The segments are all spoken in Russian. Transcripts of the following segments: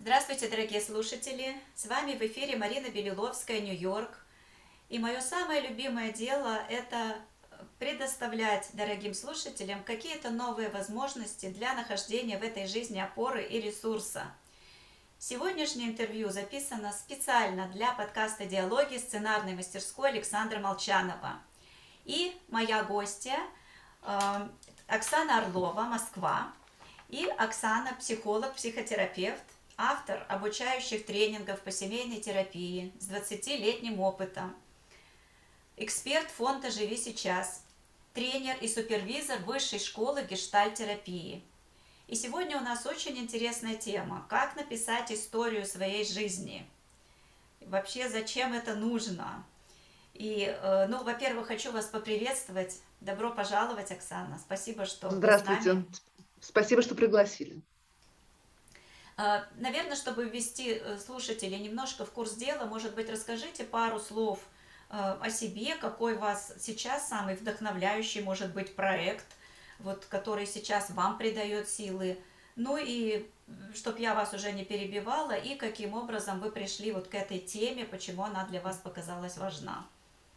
Здравствуйте, дорогие слушатели! С вами в эфире Марина Белиловская, Нью-Йорк. И мое самое любимое дело – это предоставлять дорогим слушателям какие-то новые возможности для нахождения в этой жизни опоры и ресурса. Сегодняшнее интервью записано специально для подкаста «Диалоги» сценарной мастерской Александра Молчанова. И моя гостья Оксана Орлова, Москва. И Оксана – психолог, психотерапевт, автор обучающих тренингов по семейной терапии с 20-летним опытом, эксперт фонда «Живи сейчас», тренер и супервизор высшей школы гештальт-терапии. И сегодня у нас очень интересная тема – как написать историю своей жизни. Вообще, зачем это нужно? И, во-первых, хочу вас поприветствовать. Добро пожаловать, Оксана. Спасибо, что вы с нами. Здравствуйте. Спасибо, что пригласили. Наверное, чтобы ввести слушателей немножко в курс дела, может быть, расскажите пару слов о себе, какой у вас сейчас самый вдохновляющий, может быть, проект, вот, который сейчас вам придает силы. Ну и чтобы я вас уже не перебивала, и каким образом вы пришли вот к этой теме, почему она для вас показалась важна.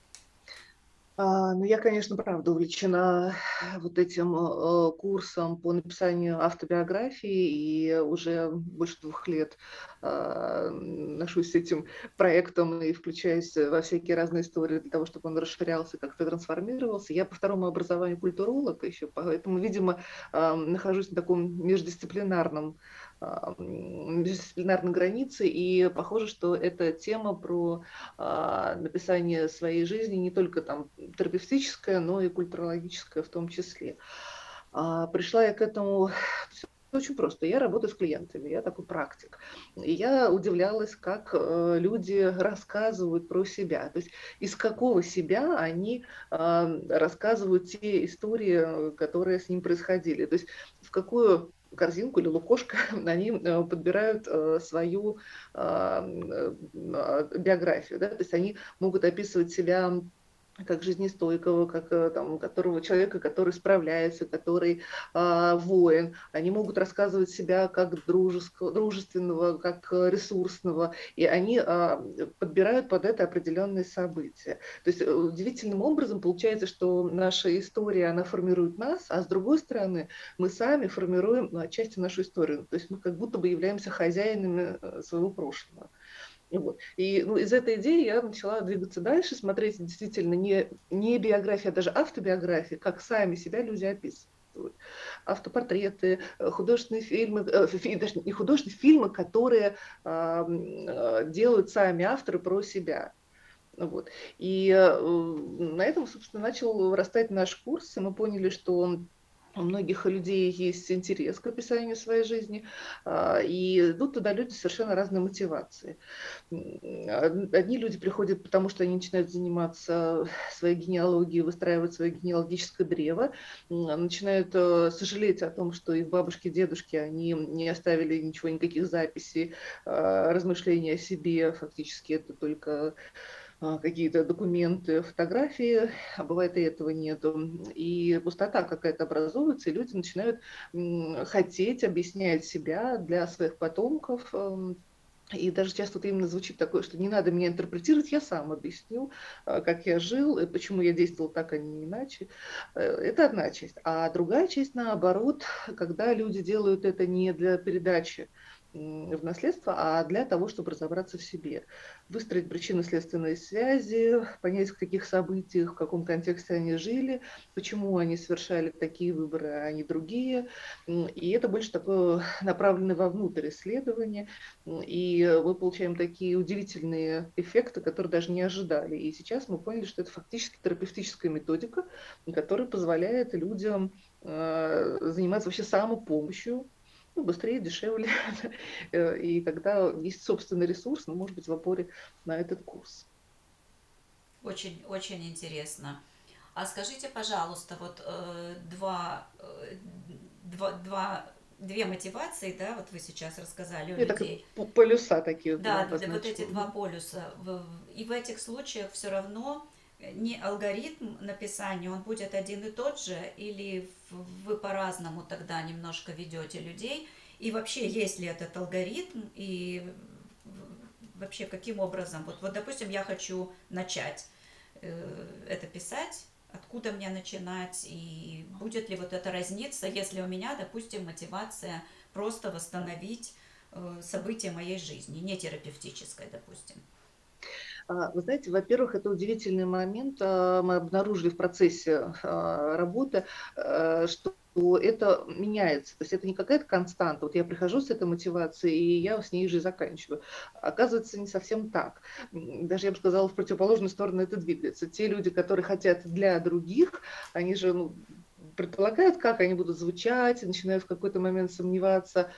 Ну, я, конечно, правда увлечена вот этим курсом по написанию автобиографии, и уже больше 2 лет ношусь с этим проектом и включаюсь во всякие разные истории для того, чтобы он расширялся, как-то трансформировался. Я по второму образованию культуролог еще, поэтому, видимо, нахожусь на таком междисциплинарной границе, и похоже, что эта тема про написание своей жизни не только там терапевтическая, но и культурологическая в том числе. Пришла я к этому очень просто. Я работаю с клиентами, я такой практик. И я удивлялась, как люди рассказывают про себя. То есть из какого себя они рассказывают те истории, которые с ним происходили. То есть в какую корзинку или лукошко они подбирают свою биографию. Да? То есть они могут описывать себя как жизнестойкого, как там, которого человека, который справляется, который воин. Они могут рассказывать себя как дружественного, как ресурсного, и они подбирают под это определенные события. То есть удивительным образом получается, что наша история, она формирует нас, а с другой стороны мы сами формируем отчасти нашу историю. То есть мы как будто бы являемся хозяинами своего прошлого. Вот. И из этой идеи я начала двигаться дальше, смотреть действительно не биография, а даже автобиография, как сами себя люди описывают. Автопортреты, художественные фильмы, даже не художественные фильмы, которые делают сами авторы про себя. Вот. И на этом, собственно, начал вырастать наш курс, и мы поняли, что у многих людей есть интерес к описанию своей жизни, и идут туда люди с совершенно разной мотивацией. Одни люди приходят, потому что они начинают заниматься своей генеалогией, выстраивать свое генеалогическое древо, начинают сожалеть о том, что их бабушки, дедушки, они не оставили ничего, никаких записей, размышлений о себе, фактически это только какие-то документы, фотографии, а бывает и этого нету. И пустота какая-то образуется, и люди начинают хотеть объяснять себя для своих потомков. И даже часто вот именно звучит такое, что не надо меня интерпретировать, я сам объясню, как я жил, и почему я действовал так, а не иначе. Это одна часть. А другая часть, наоборот, когда люди делают это не для передачи в наследство, а для того, чтобы разобраться в себе, выстроить причинно-следственные связи, понять, в каких событиях, в каком контексте они жили, почему они совершали такие выборы, а не другие. И это больше такое направленное вовнутрь исследование, и мы получаем такие удивительные эффекты, которые даже не ожидали. И сейчас мы поняли, что это фактически терапевтическая методика, которая позволяет людям заниматься вообще самопомощью, быстрее, дешевле. И когда есть собственный ресурс, ну, может быть, в опоре на этот курс. Очень, очень интересно. А скажите, пожалуйста, вот две мотивации, да, вот вы сейчас рассказали у Я так и людей. полюса такие, да, Да, вот эти обозначила. два полюса. И в этих случаях все равно не алгоритм написания, он будет один и тот же, или вы по-разному тогда немножко ведете людей, И вообще, есть ли этот алгоритм, и вообще каким образом, вот допустим, я хочу начать это писать, откуда мне начинать, и будет ли вот это разниться, если у меня, допустим, мотивация просто восстановить события моей жизни, не терапевтической, допустим. Вы знаете, во-первых, это удивительный момент. Мы обнаружили в процессе работы, что это меняется. То есть это не какая-то константа. Вот я прихожу с этой мотивацией, и я с ней же и заканчиваю. Оказывается, не совсем так. Даже, я бы сказала, в противоположную сторону это двигается. Те люди, которые хотят для других, они же предполагают, как они будут звучать, и начинают в какой-то момент сомневаться,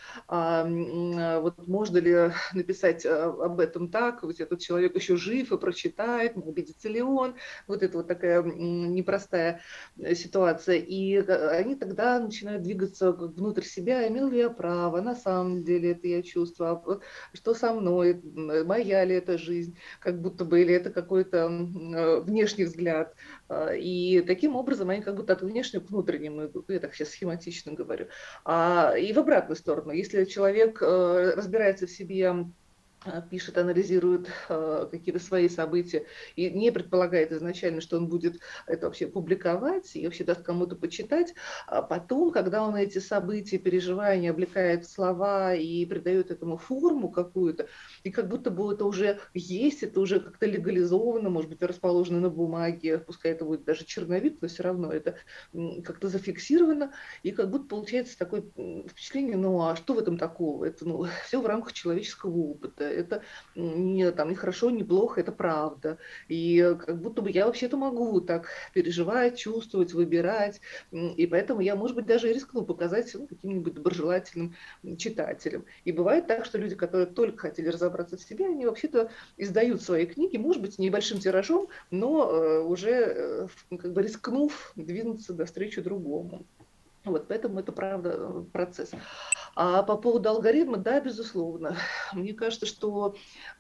вот можно ли написать об этом так, вот этот человек еще жив и прочитает, не обидится ли он, вот это вот такая непростая ситуация. И они тогда начинают двигаться внутрь себя, имел ли я право, на самом деле это я чувствую, что со мной, моя ли это жизнь, как будто бы, или это какой-то внешний взгляд. И таким образом они как будто от внешнего к внутреннему идут. Я так сейчас схематично говорю. И в обратную сторону. Если человек разбирается в себе, пишет, анализирует какие-то свои события и не предполагает изначально, что он будет это вообще публиковать и вообще даст кому-то почитать, а потом, когда он эти события, переживания облекает в слова и придает этому форму какую-то, и как будто бы это уже есть, это уже как-то легализовано, может быть, расположено на бумаге, пускай это будет даже черновик, но все равно это как-то зафиксировано, и как будто получается такое впечатление, ну а что в этом такого? Это все в рамках человеческого опыта. Это не, там, не хорошо, не плохо, это правда. И как будто бы я вообще-то могу так переживать, чувствовать, выбирать. И поэтому я, может быть, даже и рискну показать каким-нибудь доброжелательным читателям. И бывает так, что люди, которые только хотели разобраться в себе, они вообще-то издают свои книги, может быть, небольшим тиражом, но уже как бы рискнув двинуться навстречу другому. Вот, поэтому это правда процесс. А по поводу алгоритма, да, безусловно. Мне кажется, что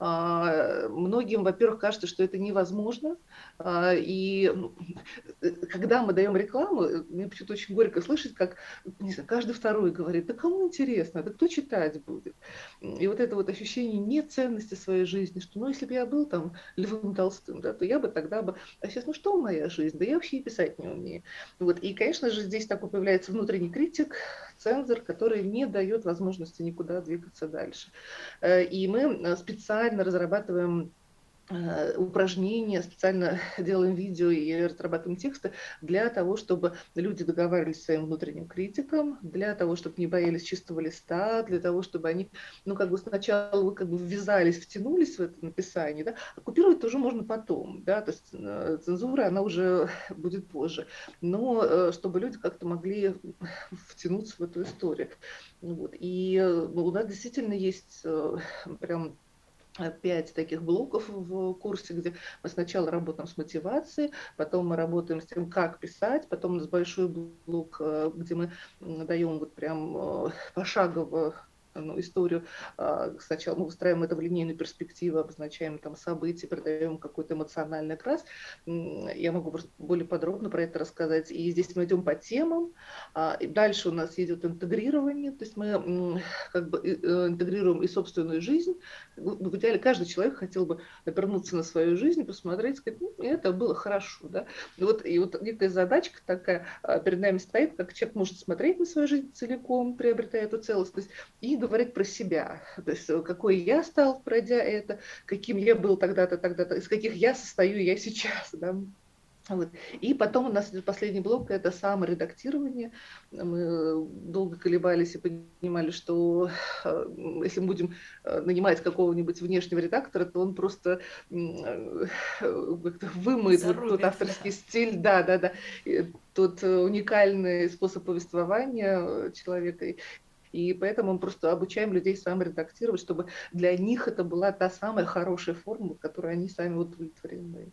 многим, во-первых, кажется, что это невозможно. Когда мы даем рекламу, мне почему-то очень горько слышать, как не знаю, каждый второй говорит, да кому интересно, да кто читать будет. И вот это вот ощущение неценности своей жизни, что ну если бы я был там Львом Толстым, да, то я бы тогда бы... А сейчас, ну что моя жизнь? Да я вообще и писать не умею. Вот. И, конечно же, здесь такой появляется внутренний критик, цензор, который не дает возможности никуда двигаться дальше. И мы специально разрабатываем упражнения, специально делаем видео и разрабатываем тексты для того, чтобы люди договаривались с своим внутренним критиком, для того, чтобы не боялись чистого листа, для того, чтобы они, ну, как бы сначала вы как бы ввязались, втянулись в это написание, да, а купировать тоже можно потом, да, то есть цензура, она уже будет позже, но чтобы люди как-то могли втянуться в эту историю. Вот. И у нас действительно есть прям 5 таких блоков в курсе, где мы сначала работаем с мотивацией, потом мы работаем с тем, как писать, потом у нас большой блок, где мы даем вот прям пошагово историю. Сначала мы выстраиваем это в линейную перспективу, обозначаем там события, придаем какой-то эмоциональный окрас. Я могу просто более подробно про это рассказать. И здесь мы идем по темам. И дальше у нас идет интегрирование, то есть мы как бы интегрируем и собственную жизнь. В идеале каждый человек хотел бы обернуться на свою жизнь, посмотреть, сказать, ну, это было хорошо, да. И вот некая задачка такая перед нами стоит, как человек может смотреть на свою жизнь целиком, приобретая эту целостность, и говорить про себя. То есть какой я стал, пройдя это, каким я был тогда-то, тогда-то, из каких я состою я сейчас, да. Вот. И потом у нас идет последний блок, это саморедактирование. Мы долго колебались и понимали, что если мы будем нанимать какого-нибудь внешнего редактора, то он просто как-то вымоет вот тот Зарубит, авторский да. стиль, да, тот уникальный способ повествования человека. И поэтому мы просто обучаем людей саморедактировать, чтобы для них это была та самая хорошая форма, которую они сами удовлетворены.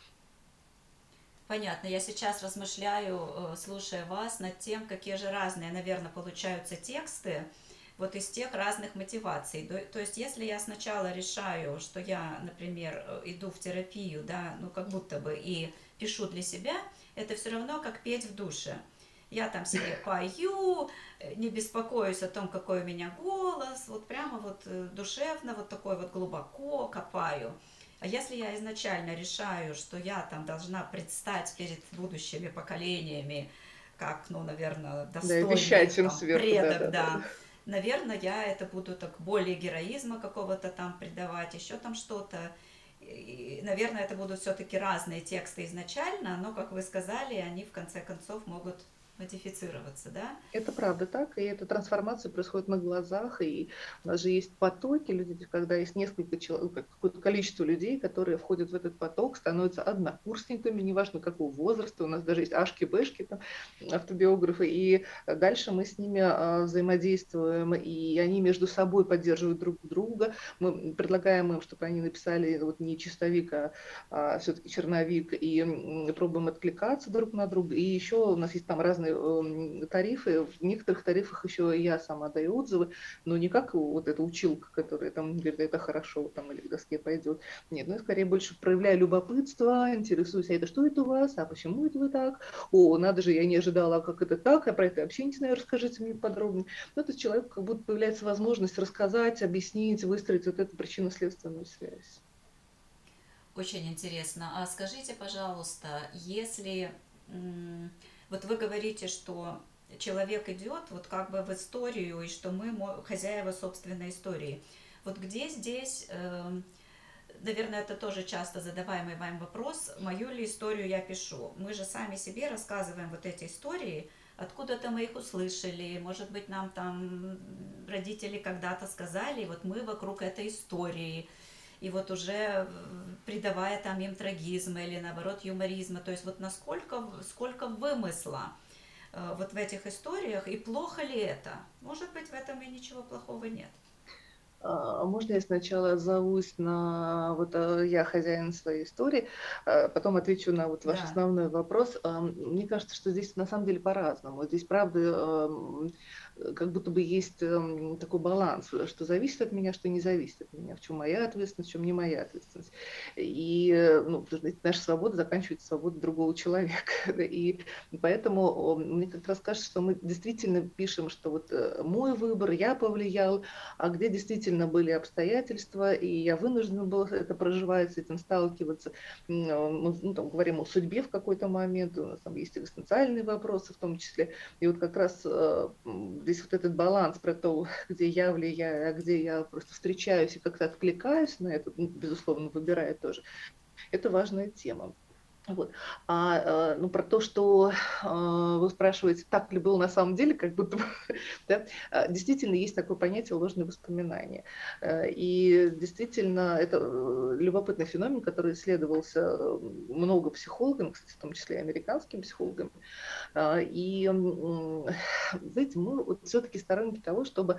Понятно. Я сейчас размышляю, слушая вас, над тем, какие же разные, наверное, получаются тексты вот из тех разных мотиваций. То есть, если я сначала решаю, что я, например, иду в терапию, да, ну как будто бы и пишу для себя, это все равно как петь в душе. я там себе пою, не беспокоюсь о том, какой у меня голос, вот прямо вот душевно, вот такой вот глубоко копаю. А если я изначально решаю, что я там должна предстать перед будущими поколениями, как, ну, наверное, Да, и достойный вещать их им там сверху, предок, да-да-да. да, наверное, я это буду так более героизма какого-то там придавать, еще там что-то. И, наверное, это будут все-таки разные тексты изначально, но, как вы сказали, они в конце концов могут модифицироваться, да? Это правда так, и эта трансформация происходит на глазах, и у нас же есть потоки людей, когда есть несколько человек, какое-то количество людей, которые входят в этот поток, становятся однокурсниками, неважно какого возраста, у нас даже есть ашки-бэшки, там, автобиографы, и дальше мы с ними взаимодействуем, и они между собой поддерживают друг друга, мы предлагаем им, чтобы они написали вот не чистовик, все-таки черновик, и пробуем откликаться друг на друга, и еще у нас есть там разные тарифы. В некоторых тарифах еще я сама даю отзывы, но не как вот эта училка, которая там говорит, это хорошо, там, или к доске пойдет. Нет, ну я скорее больше проявляю любопытство, интересуюсь, а это что это у вас, а почему это вы так? О, надо же, я не ожидала, как это так, а про это вообще не знаю, расскажите мне подробнее. Ну, то есть человеку как будто появляется возможность рассказать, объяснить, выстроить вот эту причинно-следственную связь. Очень интересно. А скажите, пожалуйста, если вот вы говорите, что человек идет вот как бы в историю, и что мы хозяева собственной истории. Вот где здесь, наверное, это тоже часто задаваемый вами вопрос, мою ли историю я пишу? Мы же сами себе рассказываем вот эти истории, откуда-то мы их услышали, может быть, нам там родители когда-то сказали, и вот мы вокруг этой истории, и вот уже придавая там им трагизма или наоборот юморизма, то есть вот насколько, сколько вымысла вот в этих историях, и плохо ли это? Может быть, в этом и ничего плохого нет. Можно я сначала отзовусь на вот я хозяин своей истории, потом отвечу на вот ваш Да, основной вопрос. Мне кажется, что здесь на самом деле по-разному. Здесь, правда, как будто бы есть такой баланс, что зависит от меня, что не зависит от меня, в чем моя ответственность, в чем не моя ответственность. И ну, потому что наша свобода заканчивается свободой другого человека. И поэтому мне как раз кажется, что мы действительно пишем, что вот мой выбор, я повлиял, а где действительно были обстоятельства, и я вынуждена была это проживать, с этим сталкиваться. Мы ну, там, говорим о судьбе в какой-то момент, у нас там есть экзистенциальные вопросы в том числе. И вот как раз здесь вот этот баланс про то, где я влияю, а где я просто встречаюсь и как-то откликаюсь на это, ну, безусловно, выбираю тоже, это важная тема. Вот. Ну, про то, что вы спрашиваете, так ли было на самом деле, как будто бы, да, действительно есть такое понятие ложные воспоминания. И действительно, это любопытный феномен, который исследовался много психологами, кстати, в том числе и американскими психологами. И, знаете, мы вот все-таки сторонники того, чтобы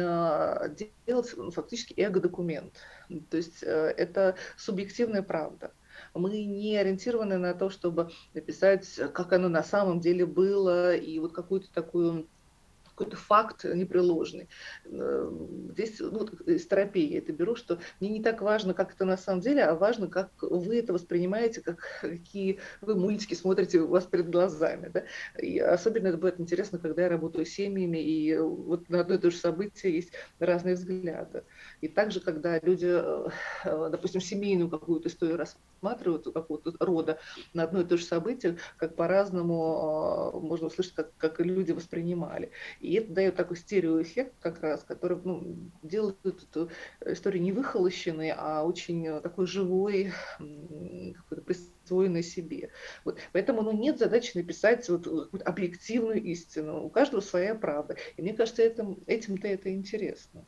делать фактически эго-документ. То есть это субъективная правда. Мы не ориентированы на то, чтобы написать, как оно на самом деле было, и вот какую-то такую какой-то факт непреложный. Здесь ну, из терапии я это беру, что мне не так важно, как это на самом деле, а важно, как вы это воспринимаете, как, какие вы мультики смотрите у вас перед глазами. Да? И особенно это будет интересно, когда я работаю с семьями, и вот на одно и то же событие есть разные взгляды. И также, когда люди, допустим, семейную какую-то историю рассматривают, какого-то рода, на одно и то же событие, как по-разному можно услышать, как и люди воспринимали. И это дает такой стереоэффект как раз, который ну, делает эту историю не выхолощенной, а очень такой живой, какой-то присвоенной себе. Вот. Поэтому ну, нет задачи написать вот, какую-то объективную истину. У каждого своя правда. И мне кажется, этим-то это интересно.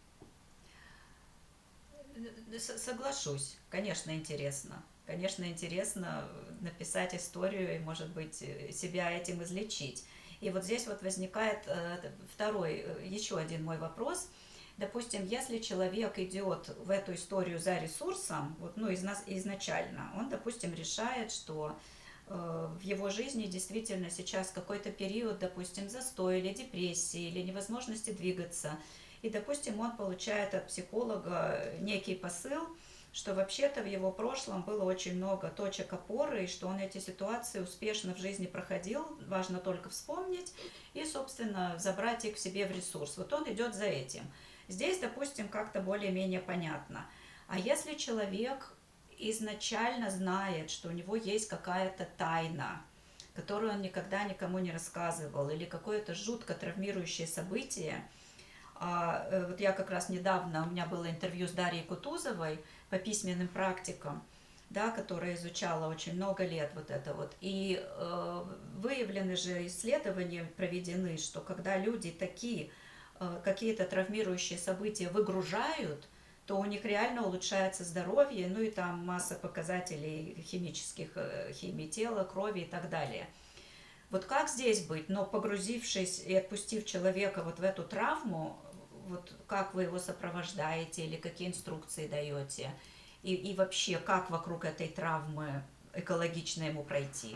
соглашусь. Конечно, интересно. Конечно, интересно написать историю и, может быть, себя этим излечить. И вот здесь вот возникает второй, еще один мой вопрос. Допустим, если человек идет в эту историю за ресурсом, вот, ну, изначально, он, допустим, решает, что в его жизни действительно сейчас какой-то период, допустим, застоя или депрессии, или невозможности двигаться. И, допустим, он получает от психолога некий посыл, что вообще-то в его прошлом было очень много точек опоры, и что он эти ситуации успешно в жизни проходил, важно только вспомнить и, собственно, забрать их к себе в ресурс. Вот он идет за этим. Здесь, допустим, как-то более-менее понятно. А если человек изначально знает, что у него есть какая-то тайна, которую он никогда никому не рассказывал, или какое-то жутко травмирующее событие. Вот я как раз недавно, у меня было интервью с Дарьей Кутузовой по письменным практикам, да, которая изучала очень много лет вот это вот. И выявлены же исследования проведены, что когда люди такие какие-то травмирующие события выгружают, то у них реально улучшается здоровье, ну и там масса показателей химических, химии тела, крови и так далее. Вот как здесь быть, но погрузившись и отпустив человека вот в эту травму, вот как вы его сопровождаете или какие инструкции даете, и вообще как вокруг этой травмы экологично ему пройти?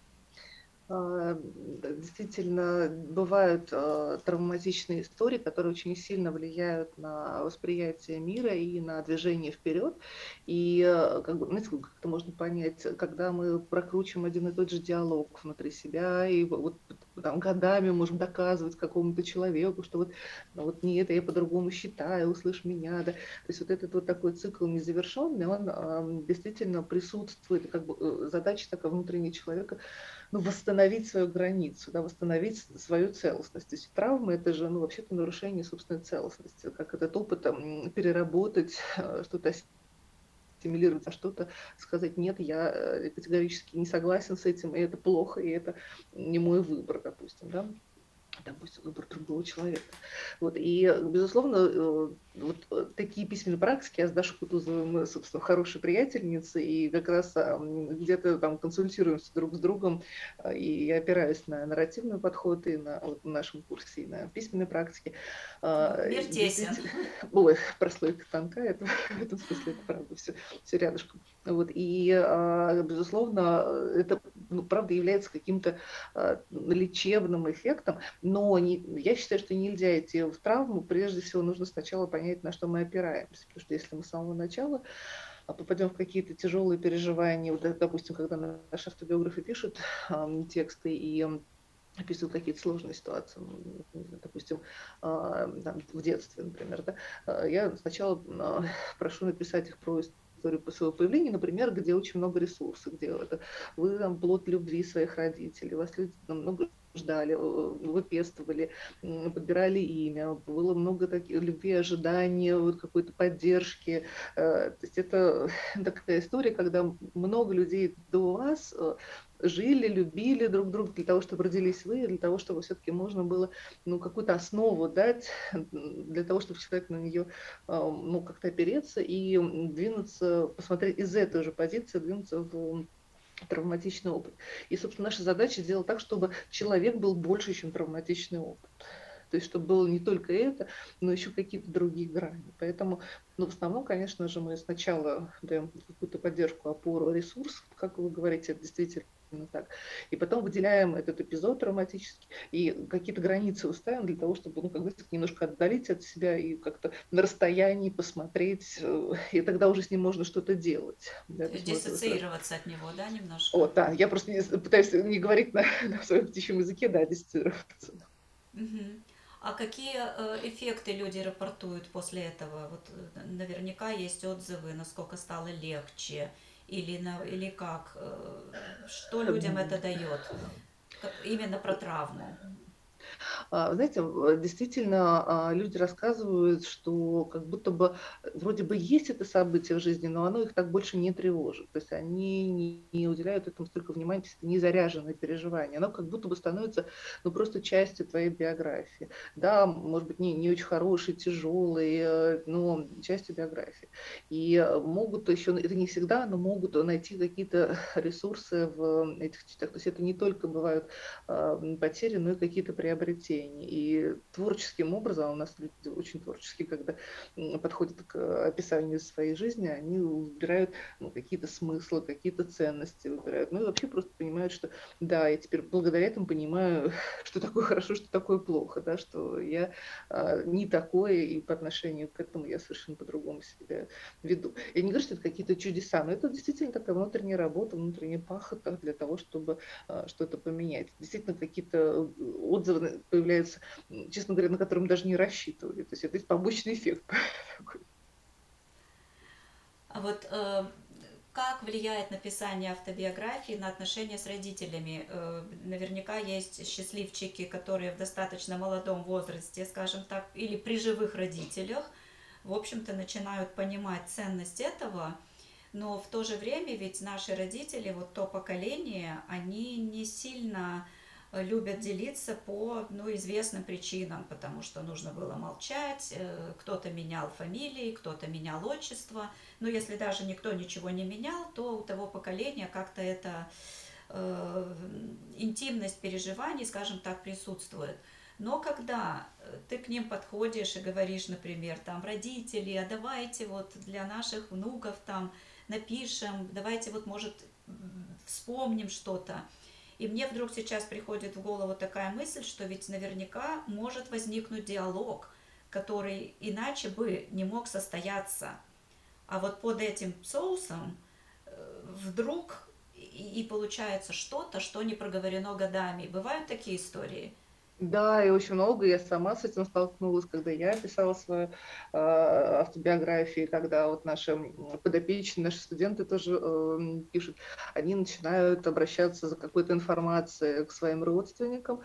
Да, действительно, бывают травматичные истории, которые очень сильно влияют на восприятие мира и на движение вперед. И как бы, знаете, как это можно понять, когда мы прокручиваем один и тот же диалог внутри себя, и вот там годами можем доказывать какому-то человеку, что вот, ну, вот не это, я по-другому считаю, услышь меня, да. То есть вот этот вот такой цикл незавершенный, он действительно присутствует, как бы задача такая внутреннего человека, ну, восстановить свою границу, да, восстановить свою целостность. То есть травмы – это же, ну, вообще-то нарушение собственной целостности, как этот опыт переработать, что-то ассимилировать, а что-то сказать, нет, я категорически не согласен с этим, и это плохо, и это не мой выбор, допустим, выбор другого человека. Вот. И, безусловно, такие письменные практики, я с Дашей Кутузовой, мы, собственно, хорошие приятельницы, и как раз где-то там консультируемся друг с другом, и я опираюсь на нарративный подход и на вот, в нашем курсе, и на письменные практики. Мир тесен. Действительно, ой, прослойка тонка, это, в этом смысле это правда, все рядышком. Вот. И, безусловно, это, ну, правда является каким-то лечебным эффектом, но я считаю, что нельзя идти в травму. Прежде всего, нужно сначала понять, на что мы опираемся. Потому что если мы с самого начала попадем в какие-то тяжелые переживания, вот, допустим, когда наши автобиографы пишут тексты и описывают какие-то сложные ситуации, допустим, там, в детстве, например, да, я сначала прошу написать их про историю по своего появления, например, где очень много ресурсов, где это вы там плод любви своих родителей, вас люди там, много ждали, выпестовали, подбирали имя, было много таких любви, ожиданий, вот какой-то поддержки. То есть это такая история, когда много людей до вас жили, любили друг друга для того, чтобы родились вы, для того, чтобы все-таки можно было, ну, какую-то основу дать, для того, чтобы человек на нее, ну, как-то опереться и двинуться, посмотреть из этой же позиции, двинуться в травматичный опыт. И, собственно, наша задача сделать так, чтобы человек был больше, чем травматичный опыт. То есть, чтобы было не только это, но еще какие-то другие грани. Поэтому, ну, в основном, конечно же, мы сначала даем какую-то поддержку, опору, ресурс, как вы говорите, это действительно так. И потом выделяем этот эпизод травматический и какие-то границы выставим для того, чтобы, ну, как говорится, немножко отдалить от себя и как-то на расстоянии посмотреть, и тогда уже с ним можно что-то делать. Да, То то есть есть можно сразу. диссоциироваться от него, да, немножко? О, да, я просто пытаюсь не говорить на своем птичьем языке, да, диссоциироваться. Мгм. А какие эффекты люди рапортуют после этого? Вот наверняка есть отзывы, насколько стало легче, или как, что людям это дает, именно про травму. Знаете, действительно, люди рассказывают, что как будто бы вроде бы есть это событие в жизни, но оно их так больше не тревожит. То есть они не уделяют этому столько внимания, то есть это не заряженное переживание. Оно как будто бы становится, ну, просто частью твоей биографии. Да, может быть, не очень хороший, тяжелый, но частью биографии. И могут еще, это не всегда, но могут найти какие-то ресурсы в этих частях. То есть это не только бывают потери, но и какие-то приобретения. приобретений. И творческим образом, а у нас люди очень творческие, когда подходят к описанию своей жизни, они выбирают какие-то смыслы, какие-то ценности выбирают. Ну и вообще просто понимают, что да, я теперь благодаря этому понимаю, что такое хорошо, что такое плохо, да, что я не такое, и по отношению к этому я совершенно по-другому себя веду. Я не говорю, что это какие-то чудеса, но это действительно такая внутренняя работа, внутренняя пахота для того, чтобы что-то поменять. Действительно, какие-то отзывы появляются, честно говоря, на которые мы даже не рассчитывали. То есть это побочный эффект такой. А вот как влияет написание автобиографии на отношения с родителями? Наверняка есть счастливчики, которые в достаточно молодом возрасте, скажем так, или при живых родителях, в общем-то, начинают понимать ценность этого, но в то же время ведь наши родители, вот то поколение, они не сильно любят делиться по известным причинам, потому что нужно было молчать, кто-то менял фамилии, кто-то менял отчество. Но если даже никто ничего не менял, то у того поколения как-то эта э, интимность переживаний, скажем так, присутствует. Но когда ты к ним подходишь и говоришь, например, там, родители, а давайте вот для наших внуков там напишем, давайте вот, может, вспомним что-то. И мне вдруг сейчас приходит в голову такая мысль, что ведь наверняка может возникнуть диалог, который иначе бы не мог состояться. А вот под этим соусом вдруг и получается что-то, что не проговорено годами. Бывают такие истории? Да, и очень много. Я сама с этим столкнулась, когда я писала свою автобиографию, когда вот наши подопечные, наши студенты тоже пишут. Они начинают обращаться за какой-то информацией к своим родственникам,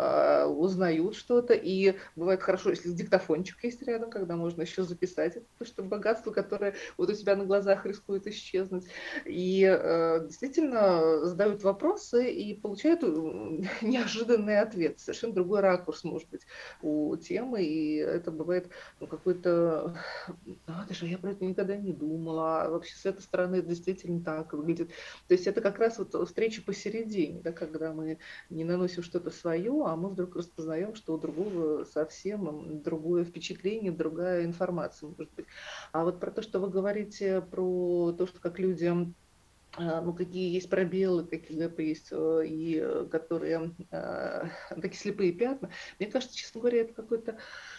узнают что-то. И бывает хорошо, если диктофончик есть рядом, когда можно еще записать это, потому что богатство, которое вот у тебя на глазах рискует исчезнуть. И действительно задают вопросы и получают неожиданный ответ, совершенно другой ракурс, может быть, у темы, и это бывает какой-то, надо же, я про это никогда не думала, а вообще с этой стороны это действительно так выглядит. То есть это как раз вот встреча посередине, да, когда мы не наносим что-то свое, а мы вдруг распознаем, что у другого совсем другое впечатление, другая информация, может быть. А вот про то, что вы говорите, про то, что как людям какие есть пробелы, какие гэпы есть, которые такие слепые пятна. Мне кажется, честно говоря, это какой-то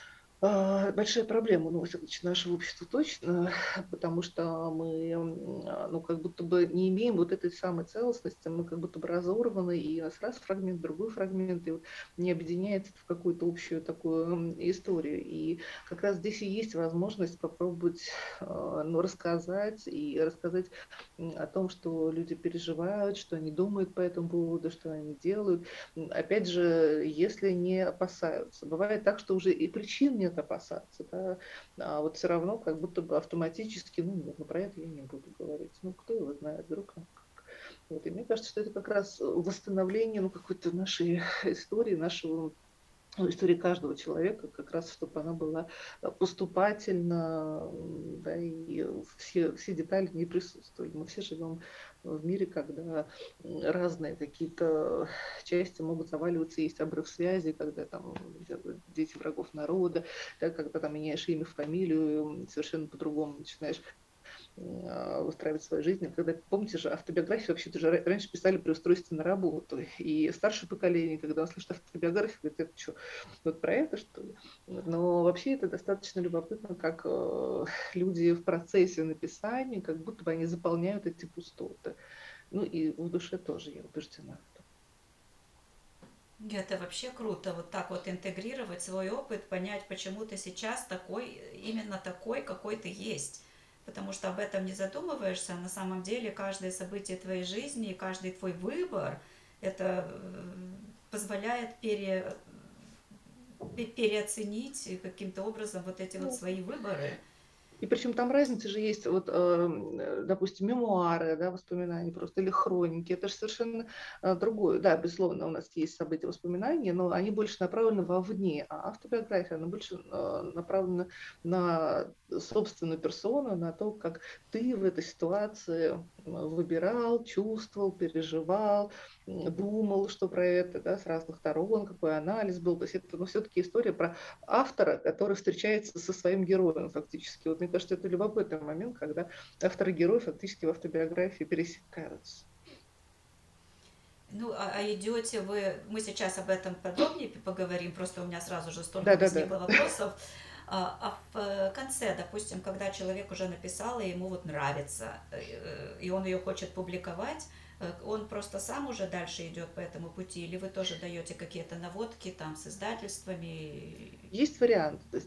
большая проблема, ну, во всяком случае, нашего общества точно, потому что мы, как будто бы не имеем вот этой самой целостности, мы как будто бы разорваны, и у нас раз фрагмент, другой фрагмент, и вот не объединяется в какую-то общую такую историю. И как раз здесь и есть возможность попробовать, рассказать, и рассказать о том, что люди переживают, что они думают по этому поводу, что они делают. Опять же, если не опасаются. Бывает так, что уже и причин нет опасаться, да, а вот все равно как будто бы автоматически, нет, про это я не буду говорить. Ну, кто его знает, вдруг как. Вот. И мне кажется, что это как раз восстановление, какой-то нашей истории, нашего истории каждого человека, как раз чтобы она была поступательна, да, и все детали не присутствовали. Мы все живем в мире, когда разные какие-то части могут заваливаться, есть обрыв связи, когда там дети врагов народа, да, когда там меняешь имя, фамилию, совершенно по-другому начинаешь устраивать свою жизнь. Когда, помните же, автобиографии вообще-то же раньше писали при устройстве на работу. И старшее поколение, когда он слышит автобиографию, говорит, это что, вот про это, что ли? Но вообще это достаточно любопытно, как люди в процессе написания, как будто бы они заполняют эти пустоты. Ну и в душе тоже, я убеждена в этом. Это вообще круто, вот так вот интегрировать свой опыт, понять, почему ты сейчас такой, именно такой, какой ты есть. Потому что об этом не задумываешься, а на самом деле каждое событие твоей жизни и каждый твой выбор, это позволяет переоценить каким-то образом вот эти вот Ну, свои выборы. и причем там разница же есть, вот, допустим, мемуары, да, воспоминания просто, или хроники, это же совершенно другое. Да, безусловно, у нас есть события, воспоминания, но они больше направлены вовне, а автобиография, она больше направлена на собственную персону, на то, как ты в этой ситуации выбирал, чувствовал, переживал, думал, что про это, да, с разных сторон, какой анализ был. То есть это, ну, все-таки история про автора, который встречается со своим героем фактически. Вот мне кажется, это любопытный момент, когда автор и герой фактически в автобиографии пересекаются. Ну, а идете вы, мы сейчас об этом подробнее поговорим, просто у меня сразу же столько Да-да-да. возникло вопросов. А в конце, допустим, когда человек уже написал, и ему вот нравится, и он ее хочет публиковать, он просто сам уже дальше идет по этому пути, или вы тоже даете какие-то наводки там с издательствами? Есть вариант. То есть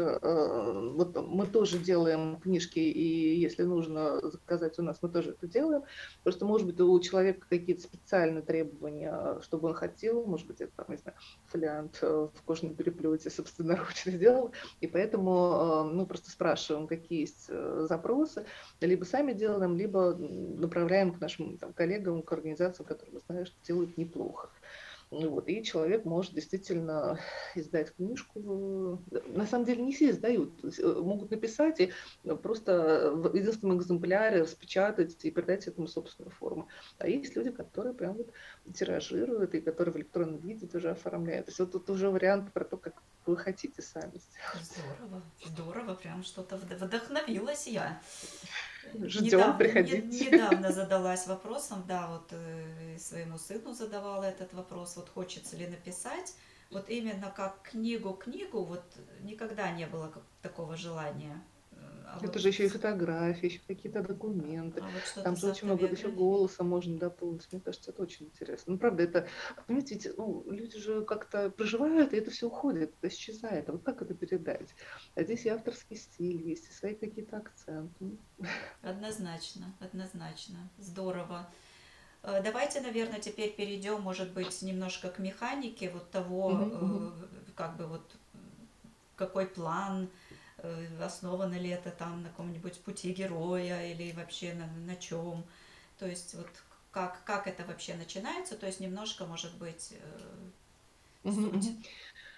вот мы тоже делаем книжки, и если нужно заказать у нас, мы тоже это делаем. Просто, может быть, у человека какие-то специальные требования, чтобы он хотел, может быть, это, там, не знаю, фолиант в кожаном переплете собственноручно сделал, и поэтому мы просто спрашиваем, какие есть запросы, либо сами делаем, либо направляем к нашим там, коллегам, к организациям, которые мы знаем, что делают неплохо. Ну вот, и человек может действительно издать книжку. На самом деле не все издают. То есть, могут написать и просто в единственном экземпляре распечатать и придать этому собственную форму. А есть люди, которые прям вот тиражируют и которые в электронном виде тоже оформляют. То есть вот тут уже вариант про то, как вы хотите сами сделать. Здорово, здорово, прям что-то вдохновилась я. Ждем, приходите. Недавно задалась вопросом, да, вот своему сыну задавала этот вопрос, вот хочется ли написать, вот именно как книгу, вот никогда не было такого желания. А Это вот, же еще и фотографии, еще какие-то документы. а вот что-то Там с же очень много еще автобиографией. голоса можно дополнить. Мне кажется, это очень интересно. Ну, правда, это, понимаете, ведь, ну, люди же как-то проживают, и это все уходит, это исчезает. А вот как это передать? А здесь и авторский стиль есть, и свои какие-то акценты. Однозначно, однозначно. Здорово. Давайте, наверное, теперь перейдем, может быть, немножко к механике вот того, Мгм, мгм. как бы вот какой план, основано ли это там на каком-нибудь пути героя или вообще на чем. То есть вот как это вообще начинается, то есть немножко, может быть, Мгм, суть мгм.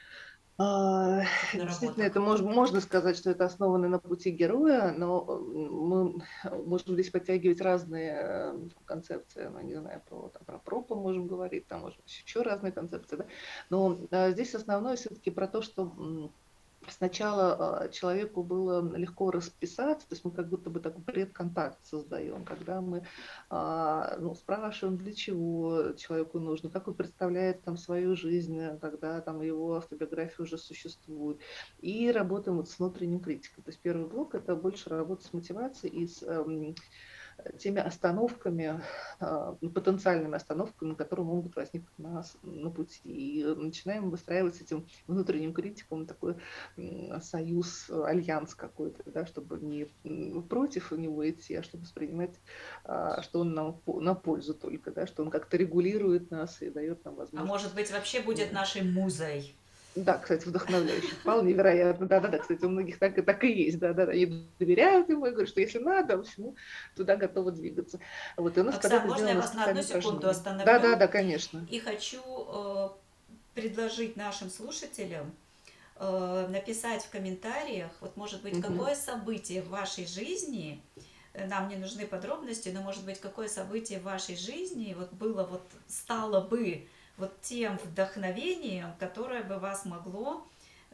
ваших Действительно, это наработок. можно сказать, что это основано на пути героя, но мы можем здесь подтягивать разные концепции. Ну, не знаю, про пропа можем говорить, там можем еще разные концепции. Да? Но здесь основное все-таки про то, что сначала человеку было легко расписаться, то есть мы как будто бы такой предконтакт создаем, когда мы ну, спрашиваем, для чего человеку нужно, как он представляет там свою жизнь, когда там его автобиография уже существует, и работаем вот с внутренним критиком. То есть первый блок – это больше работа с мотивацией и с теми остановками, потенциальными остановками, которые могут возникнуть на пути. И начинаем выстраивать с этим внутренним критиком такой союз, альянс какой-то, да, чтобы не против него идти, а чтобы воспринимать, что он нам на пользу только, да, что он как-то регулирует нас и дает нам А может возможность. быть, вообще будет нашей музой. Да, кстати, вдохновляюще, вполне вероятно. Да-да-да, кстати, у многих так и есть. Да-да-да, они доверяют ему и говорят, что если надо, всему туда готовы двигаться. Вот, и у нас под Оксан, это можно сделано я вас на несколько одну секунду упражнений. остановлю? Да-да-да, конечно. И хочу предложить нашим слушателям написать в комментариях, вот может быть, Мгм. какое событие в вашей жизни, нам не нужны подробности, но может быть, какое событие в вашей жизни вот было, вот стало бы вот тем вдохновением, которое бы вас могло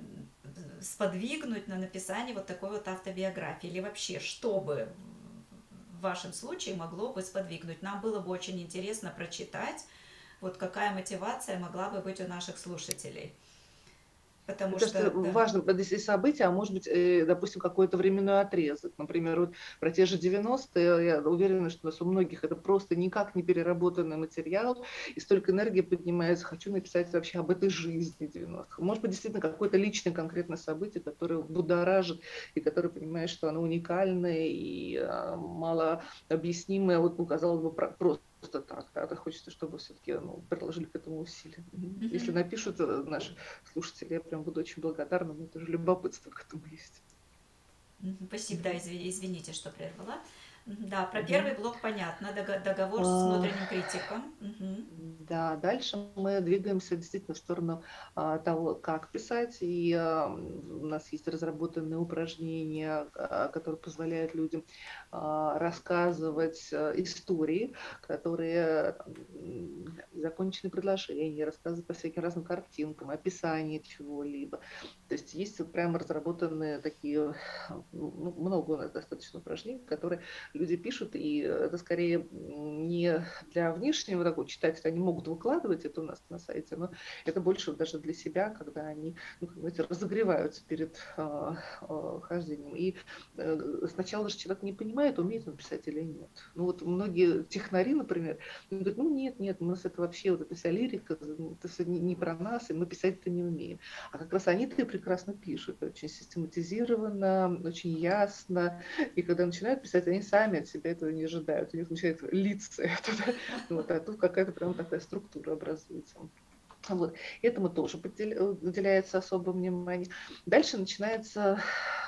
сподвигнуть на написание вот такой вот автобиографии, или вообще, что бы в вашем случае могло бы сподвигнуть. Нам было бы очень интересно прочитать, вот какая мотивация могла бы быть у наших слушателей. Потому Мне кажется, что, да, важно здесь событие, а может быть, допустим, какой-то временной отрезок. Например, вот про те же 90-е, я уверена, что у нас у многих это просто никак не переработанный материал, и столько энергии поднимается, хочу написать вообще об этой жизни 90-х. Может быть, действительно какое-то личное конкретное событие, которое будоражит, и которое понимаешь, что оно уникальное и мало объяснимое, вот, ну, казалось бы, просто так, да, хочется, чтобы все-таки ну, приложили к этому усилия. Если напишут наши слушатели, я прям буду очень благодарна, но тоже любопытство к этому есть. спасибо, да, извините, что прервала. Да, про первый Мгм. блок понятно. Договор с А, внутренним критиком. Мгм. Да, дальше мы двигаемся действительно в сторону того, как писать, и у нас есть разработанные упражнения, которые позволяют людям рассказывать истории, которые законченные предложения, рассказы по всяким разным картинкам, описание чего-либо. То есть есть вот прямо разработанные такие, ну, много у нас достаточно упражнений, которые люди пишут, и это скорее не для внешнего такого читателя, они могут выкладывать это у нас на сайте, но это больше даже для себя, когда они, ну, как знаете, разогреваются перед хождением. И сначала даже человек не понимает, умеет он писать или нет. Ну вот многие технари, например, они говорят, ну нет, нет, у нас это вообще, вот эта вся лирика, это все не про нас, и мы писать-то не умеем. А как раз они-то и прекрасно пишут, очень систематизированно, очень ясно, и когда начинают писать, они сами от себя этого не ожидают. У них начинает литься это, да? Вот, а тут какая-то прям такая структура образуется. Вот. Этому тоже уделяется особое внимание. Дальше начинается,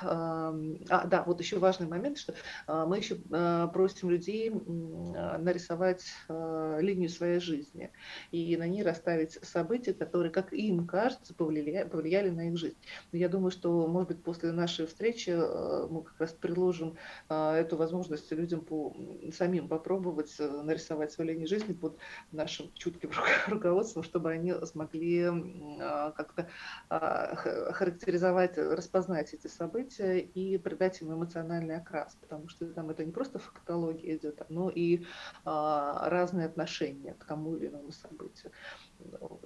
да, вот еще важный момент, что мы еще просим людей нарисовать линию своей жизни и на ней расставить события, которые, как им кажется, повлияли на их жизнь. Но я думаю, что, может быть, после нашей встречи мы как раз предложим эту возможность людям самим попробовать нарисовать свою линию жизни под нашим чутким руководством, чтобы они смогли как-то характеризовать, распознать эти события и придать им эмоциональный окрас, потому что там это не просто фактология идет, но и разные отношения к тому или иному событию. Вот.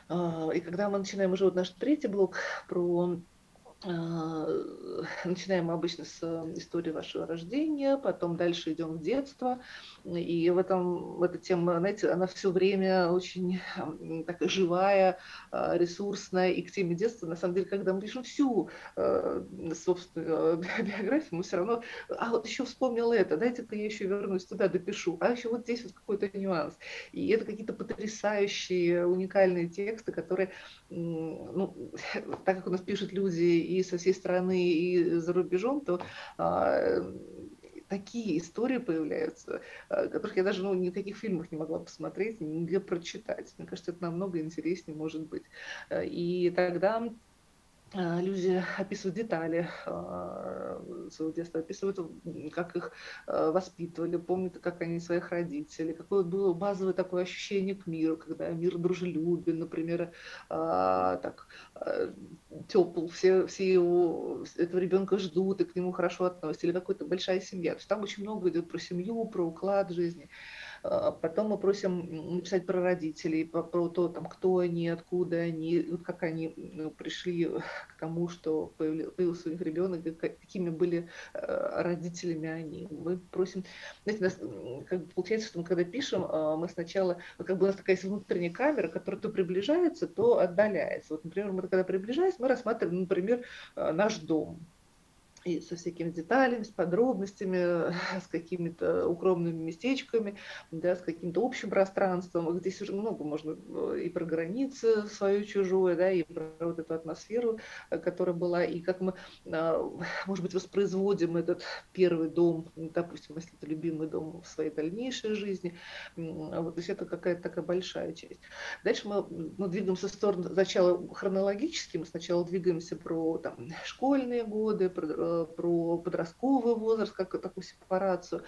И когда мы начинаем уже вот наш третий блок про а, начинаем мы обычно с истории вашего рождения, потом дальше идем в детство. И в эта тема, знаете, она все время очень такая живая, ресурсная. И к теме детства, на самом деле, когда мы пишем всю собственную биографию, мы все равно, вот еще вспомнил это, дайте-ка я еще вернусь туда, допишу. А еще вот здесь вот какой-то нюанс. И это какие-то потрясающие, уникальные тексты, которые, ну, так как у нас пишут люди и со всей страны, и за рубежом, то а, такие истории появляются, которых я даже ну, ни в каких фильмах не могла посмотреть, нигде прочитать. Мне кажется, это намного интереснее может быть. И тогда люди описывают детали своего детства, описывают, как их воспитывали, помнят, как они своих родителей, какое было базовое такое ощущение к миру, когда мир дружелюбен, например, так тепл, все его, этого ребенка ждут и к нему хорошо относятся, или какая-то большая семья. То есть там очень много идет про семью, про уклад жизни. Потом мы просим написать про родителей, про то, там, кто они, откуда они, вот как они пришли к тому, что появился у них ребенок, и какими были родителями они. Мы просим, знаете, нас, как бы получается, что мы когда пишем, мы сначала, вот как бы у нас такая есть внутренняя камера, которая то приближается, то отдаляется. Вот, например, мы когда приближаемся, мы рассматриваем, например, наш дом и со всякими деталями, с подробностями, с какими-то укромными местечками, да, с каким-то общим пространством. Здесь уже много можно и про границы свое чужое, да, и про вот эту атмосферу, которая была, и как мы, может быть, воспроизводим этот первый дом, допустим, если это любимый дом в своей дальнейшей жизни. Вот, то есть это какая-то такая большая часть. Дальше мы ну, двигаемся в сторону сначала хронологически, мы сначала двигаемся про там, школьные годы, про подростковый возраст, как такую сепарацию,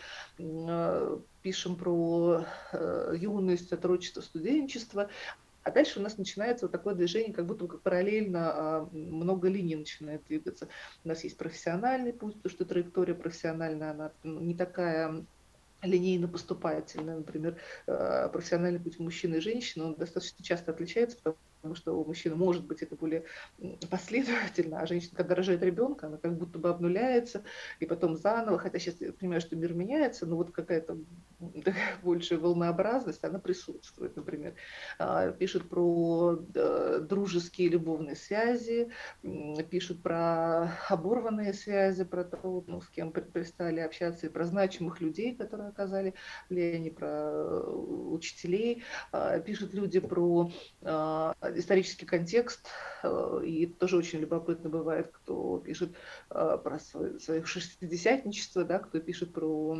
пишем про юность, отрочество, студенчество, а дальше у нас начинается вот такое движение, как будто как параллельно много линий начинает двигаться. У нас есть профессиональный путь, потому что траектория профессиональная, она не такая линейно-поступательная, например, профессиональный путь мужчины и женщины, он достаточно часто отличается, потому что у мужчины может быть это более последовательно, а женщина, когда рожает ребенка, она как будто бы обнуляется, и потом заново, хотя сейчас я понимаю, что мир меняется, но вот какая-то большая волнообразность, она присутствует, например. Пишут про дружеские любовные связи, пишут про оборванные связи, про то, ну, с кем перестали общаться, и про значимых людей, которые оказали влияние, про учителей. Пишут люди про исторический контекст, и тоже очень любопытно бывает, кто пишет про свое шестидесятничество, да, кто пишет про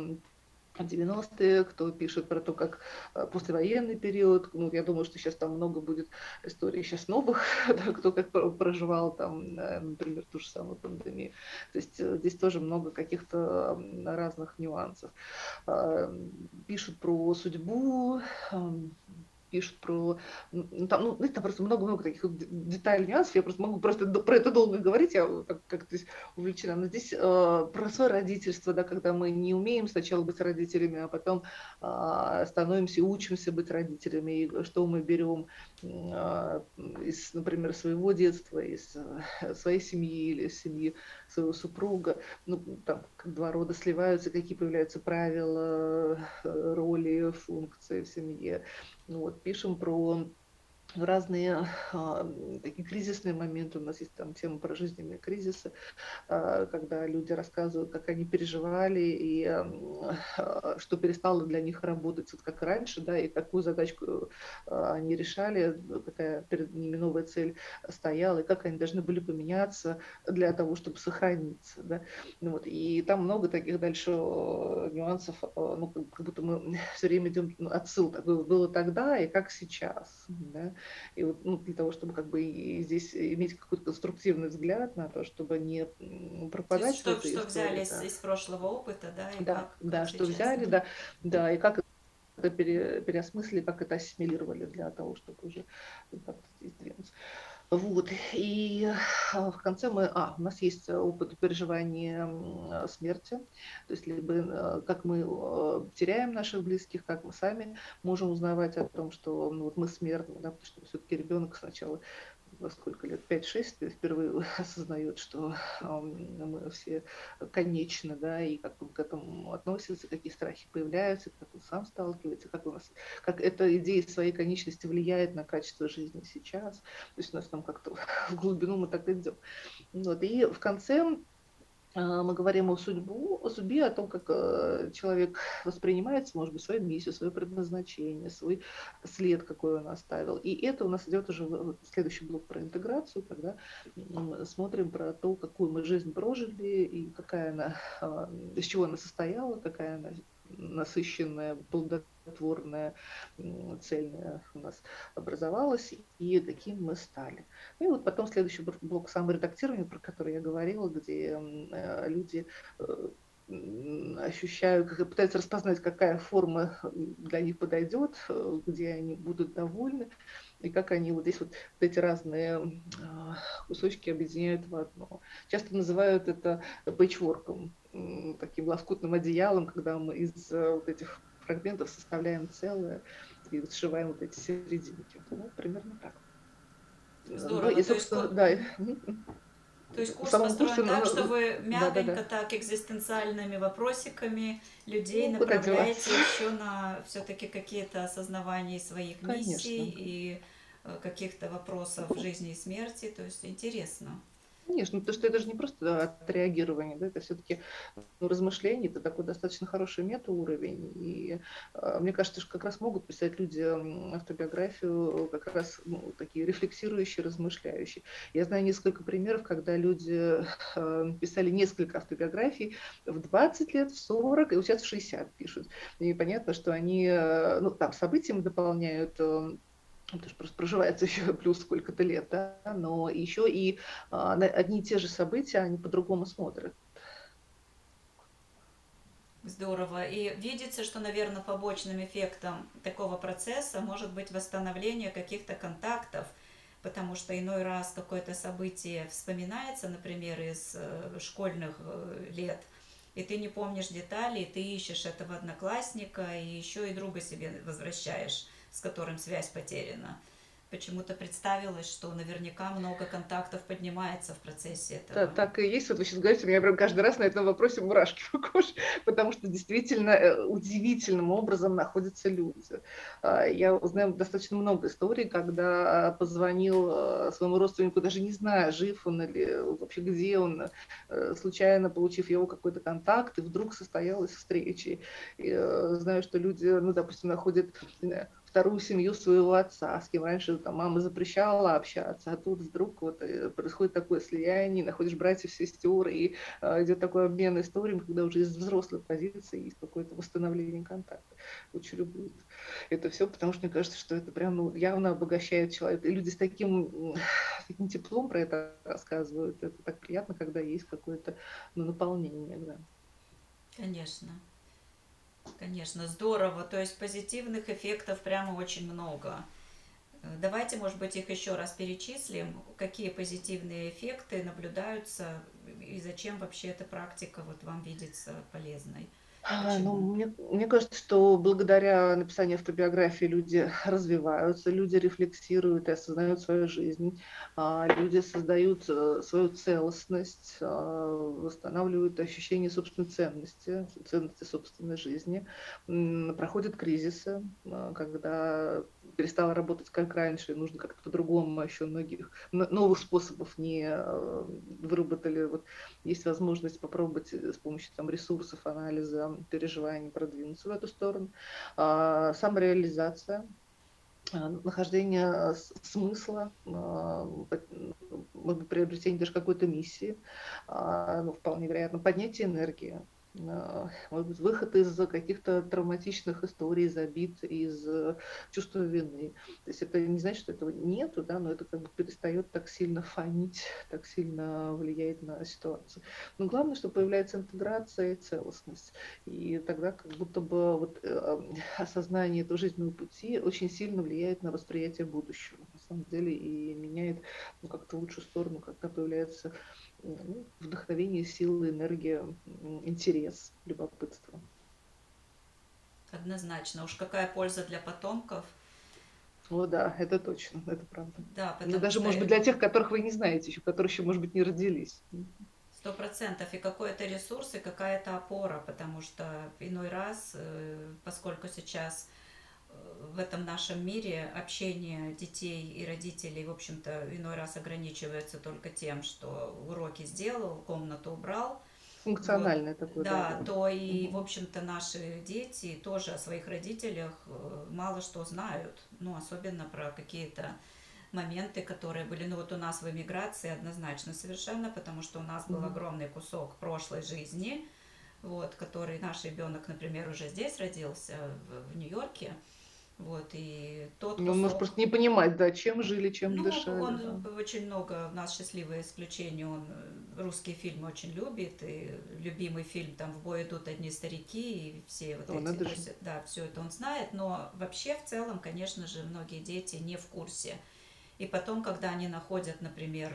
90-е, кто пишет про то, как послевоенный период. Ну, я думаю, что сейчас там много будет историй сейчас новых, да, кто как проживал там, например, ту же самую пандемию. То есть здесь тоже много каких-то разных нюансов. Пишут про судьбу, пишут про... там, ну, там просто много-много таких вот деталей, нюансов. Я просто могу просто про это долго говорить, я как-то увлечена. Но здесь про свое родительство, да, когда мы не умеем сначала быть родителями, а потом становимся, учимся быть родителями, и что мы берем из, например, своего детства, из своей семьи или из семьи своего супруга. Ну, там как два рода сливаются, какие появляются правила, роли, функции в семье. Ну, вот, пишем про разные такие кризисные моменты. У нас есть там тема про жизненные кризисы, когда люди рассказывают, как они переживали и что перестало для них работать вот как раньше, да, и какую задачку они решали, какая перед ними новая цель стояла, и как они должны были поменяться для того, чтобы сохраниться, да. Ну, вот, и там много таких дальше нюансов, ну, как будто мы все время идем отсыл, было тогда и как сейчас, да. И вот, ну, для того, чтобы как бы и здесь иметь какой-то конструктивный взгляд на то, чтобы не То есть пропадать в этой что взяли истории, да. из прошлого опыта, да, и Да, как да, что сейчас. взяли, Мгм. да, да, и как это переосмыслили, как это ассимилировали для того, чтобы уже как-то здесь двинуться. Вот, и в конце у нас есть опыт переживания смерти, то есть либо как мы теряем наших близких, как мы сами можем узнавать о том, что ну, вот мы смертны, да, потому что все-таки ребенок сначала во сколько лет, 5-6 впервые осознает, что мы все конечны, да, и как он к этому относится, какие страхи появляются, как он сам сталкивается, как эта идея своей конечности влияет на качество жизни сейчас. То есть у нас там как-то в глубину мы так идем. Вот. И в конце мы говорим о судьбе, о том, как человек воспринимает, может быть, свою миссию, свое предназначение, свой след, какой он оставил. И это у нас идет уже следующий блок про интеграцию, когда мы смотрим про то, какую мы жизнь прожили и какая она, из чего она состояла, какая она насыщенная, плодотворная, цельная у нас образовалась и каким мы стали. Ну и вот потом следующий блок саморедактирования, про который я говорила, где люди ощущают, пытаются распознать, какая форма для них подойдет, где они будут довольны, и как они вот здесь вот эти разные кусочки объединяют в одно. Часто называют это пэтчворком, таким лоскутным одеялом, когда мы из вот этих фрагментов составляем целое и сшиваем вот эти серединки. Ну, примерно так. Ну Здорово. и, собственно, да, То есть в курс самом построен курсе, так, что вы да-да-да, мягонько так экзистенциальными вопросиками людей ну, куда направляете деваться, еще на все-таки какие-то осознавания своих миссий конечно. и каких-то вопросов жизни и смерти. То есть интересно. Конечно, потому что это же не просто отреагирование, да, это все-таки размышление, это такой достаточно хороший метауровень. И мне кажется, что как раз могут писать люди автобиографию, как раз ну, такие рефлексирующие, размышляющие. Я знаю несколько примеров, когда люди писали несколько автобиографий в 20 лет, в 40, и вот сейчас в 60 пишут. И понятно, что они ну, там событиями дополняют потому что просто проживается еще плюс сколько-то лет, да, но еще и на одни и те же события они по-другому смотрят. Здорово. И видится, что, наверное, побочным эффектом такого процесса может быть восстановление каких-то контактов, потому что иной раз какое-то событие вспоминается, например, из школьных лет, и ты не помнишь деталей, ты ищешь этого одноклассника и еще и друга себе возвращаешь, с которым связь потеряна. Почему-то представилось, что наверняка много контактов поднимается в процессе этого. Так и есть. Вот вы сейчас говорите, у меня прям каждый раз на этом вопросе мурашки по коже, потому что действительно удивительным образом находятся люди. Я знаю достаточно много историй, когда позвонил своему родственнику, даже не зная, жив он или вообще где он, случайно получив его какой-то контакт, и вдруг состоялась встреча. И знаю, что люди, ну, допустим, находят вторую семью своего отца, с кем раньше там мама запрещала общаться, а тут вдруг вот происходит такое слияние, находишь братьев, сестер, и идет такой обмен историями, когда уже из взрослой позиции есть какое-то восстановление контакта. Очень люблю это все, потому что мне кажется, что это прям ну, явно обогащает человека. И люди с таким теплом про это рассказывают. Это так приятно, когда есть какое-то ну, наполнение. Да. Конечно, конечно, здорово. То есть позитивных эффектов прямо очень много. Давайте, может быть, их еще раз перечислим. Какие позитивные эффекты наблюдаются и зачем вообще эта практика вот вам видится полезной? Почему? Ну, мне кажется, что благодаря написанию автобиографии люди развиваются, люди рефлексируют и осознают свою жизнь, люди создают свою целостность, восстанавливают ощущение собственной ценности, ценности собственной жизни, проходят кризисы, когда перестала работать как раньше, нужно как-то по-другому, еще многих новых способов не выработали. Вот есть возможность попробовать с помощью там, ресурсов, анализа, переживаний продвинуться в эту сторону. Самореализация, нахождение смысла, может быть, приобретение даже какой-то миссии, ну, вполне вероятно, поднятие энергии, может быть, выход из каких-то травматичных историй, из обид, из чувства вины. То есть это не значит, что этого нету, да, но это как бы перестает так сильно фонить, так сильно влиять на ситуацию. Но главное, что появляется интеграция и целостность. И тогда как будто бы вот, осознание этого жизненного пути очень сильно влияет на восприятие будущего, на самом деле, и меняет ну, как-то в лучшую сторону, когда появляется ну, вдохновение, сила, энергия, интерес, любопытство. Однозначно. Уж какая польза для потомков. О, да, это точно, это правда. Да, Или потому даже, что может быть, для тех, которых вы не знаете еще, которые еще, может быть, не родились. 100%. И какой-то ресурс, и какая-то опора, потому что иной раз, поскольку сейчас в этом нашем мире общение детей и родителей, в общем-то, иной раз ограничивается только тем, что уроки сделал, комнату убрал, вот, Функциональное такое, да, да, да. то и, в Мгм. общем-то, наши дети тоже о своих родителях мало что знают, ну, особенно про какие-то моменты, которые были, ну, вот у нас в эмиграции однозначно совершенно, потому что у нас был Мгм. огромный кусок прошлой жизни, вот, который наш ребенок, например, уже здесь родился, в Нью-Йорке, вот, и тот Он может кусок, просто не понимать, да, чем жили, чем ну, дышали, он да. очень много, у нас счастливое исключение, он русские фильмы очень любит, и любимый фильм там «В бой идут одни старики», и все вот О, эти, надо то же. есть, да, все это он знает, но вообще в целом, конечно же, многие дети не в курсе. И потом, когда они находят, например,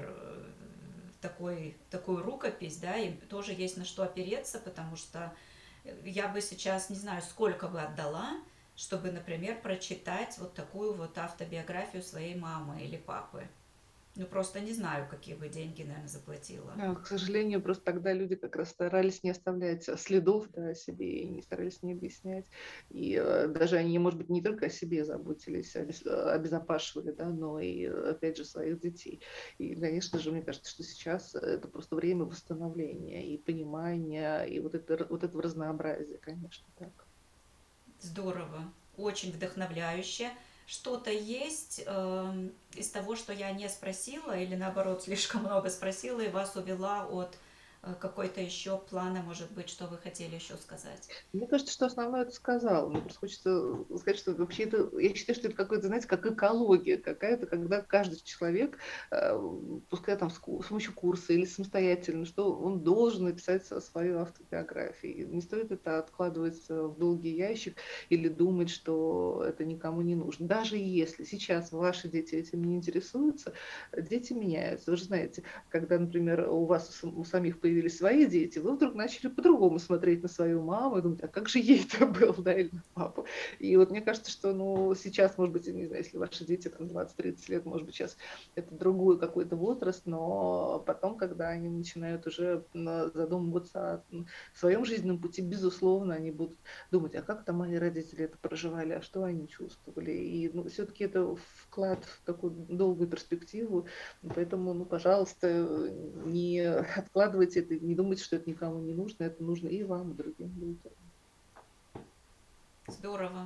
такую рукопись, да, им тоже есть на что опереться, потому что я бы сейчас не знаю, сколько бы отдала, чтобы, например, прочитать вот такую вот автобиографию своей мамы или папы. Ну, просто не знаю, какие бы деньги, наверное, заплатила. Да, к сожалению, просто тогда люди как раз старались не оставлять следов да, о себе и не старались не объяснять. И даже они, может быть, не только о себе заботились, обезопашивали, да, но и, опять же, своих детей. И, конечно же, мне кажется, что сейчас это просто время восстановления и понимания, и вот этого разнообразия, конечно, так. Здорово, очень вдохновляюще. Что-то есть из того, что я не спросила, или наоборот слишком много спросила и вас увела от какой-то еще плана, может быть, что вы хотели еще сказать? Мне кажется, что основное ты сказал. Мне просто хочется сказать, что вообще это, я считаю, что это какое-то, знаете, как экология какая-то, когда каждый человек, э, пускай там с помощью курса или самостоятельно, что он должен написать свою автобиографию. И не стоит это откладывать в долгий ящик или думать, что это никому не нужно. Даже если сейчас ваши дети этим не интересуются, дети меняются. Вы же знаете, когда, например, у вас у самих появились свои дети, вы вдруг начали по-другому смотреть на свою маму и думать, а как же ей это было, да, или на папу. И вот мне кажется, что, ну, сейчас, может быть, не знаю, если ваши дети там 20-30 лет, может быть, сейчас это другой какой-то возраст, но потом, когда они начинают уже задумываться о своем жизненном пути, безусловно, они будут думать, а как там мои родители это проживали, а что они чувствовали. И ну, все-таки это вклад в такую долгую перспективу, поэтому, ну, пожалуйста, не откладывайте это, не думайте, что это никому не нужно. Это нужно и вам, и другим людям. Здорово.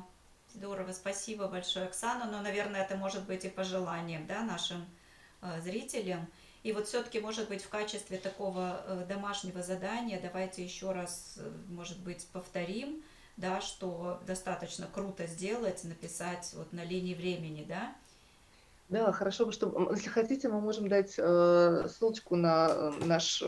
Здорово, спасибо большое, Оксана. Но, наверное, это может быть и пожеланием, да, нашим зрителям. И вот все-таки, может быть, в качестве такого домашнего задания давайте еще раз, может быть, повторим, да, что достаточно круто сделать, написать вот на линии времени, да. Да, хорошо бы, чтобы, если хотите, мы можем дать ссылочку на наш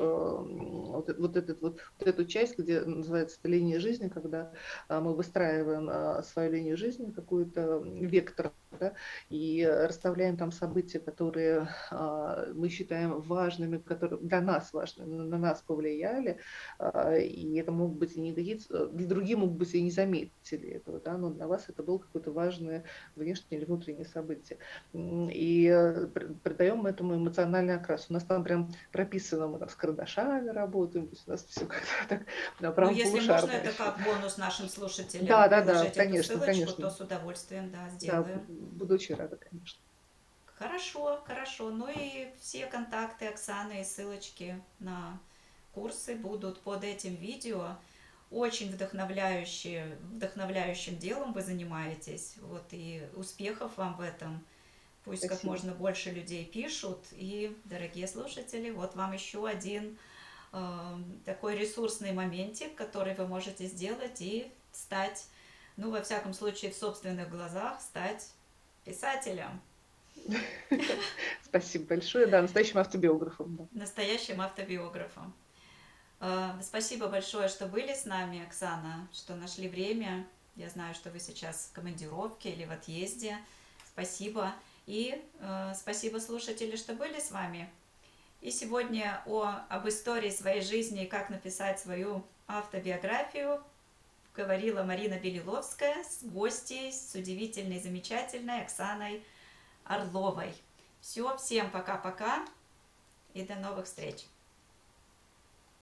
вот эту часть, где называется это линия жизни, когда мы выстраиваем свою линию жизни, какой-то вектор, да, и расставляем там события, которые мы считаем важными, которые для нас важны, на нас повлияли, и это могут быть и не какие-то, для других могут быть и не заметили этого, да, но для вас это было какое-то важное внешнее или внутреннее событие. И придаем этому эмоциональный окрас. У нас там прям прописано, мы там с карандашами работаем, то есть у нас все как-то так, да, Ну, прям если можно, полушарно это еще. как бонус нашим слушателям Да, да, да, выложить эту конечно, ссылочку, то конечно. с удовольствием, да, Да, сделаем. буду очень рада, конечно. Хорошо, хорошо. Ну и все контакты Оксаны и ссылочки на курсы будут под этим видео. Очень вдохновляющим делом вы занимаетесь. Вот, и успехов вам в этом. Пусть как Спасибо. можно больше людей пишут. И, дорогие слушатели, вот вам еще один такой ресурсный моментик, который вы можете сделать и стать, ну, во всяком случае, в собственных глазах стать писателем, Спасибо большое. Да, настоящим автобиографом. Да. настоящим автобиографом. Спасибо большое, что были с нами, Оксана, что нашли время. Я знаю, что вы сейчас в командировке или в отъезде. Спасибо. И спасибо, слушатели, что были с вами. И сегодня об истории своей жизни и как написать свою автобиографию говорила Марина Белиловская с гостьей, с удивительной, замечательной Оксаной Орловой. Все, всем пока-пока и до новых встреч.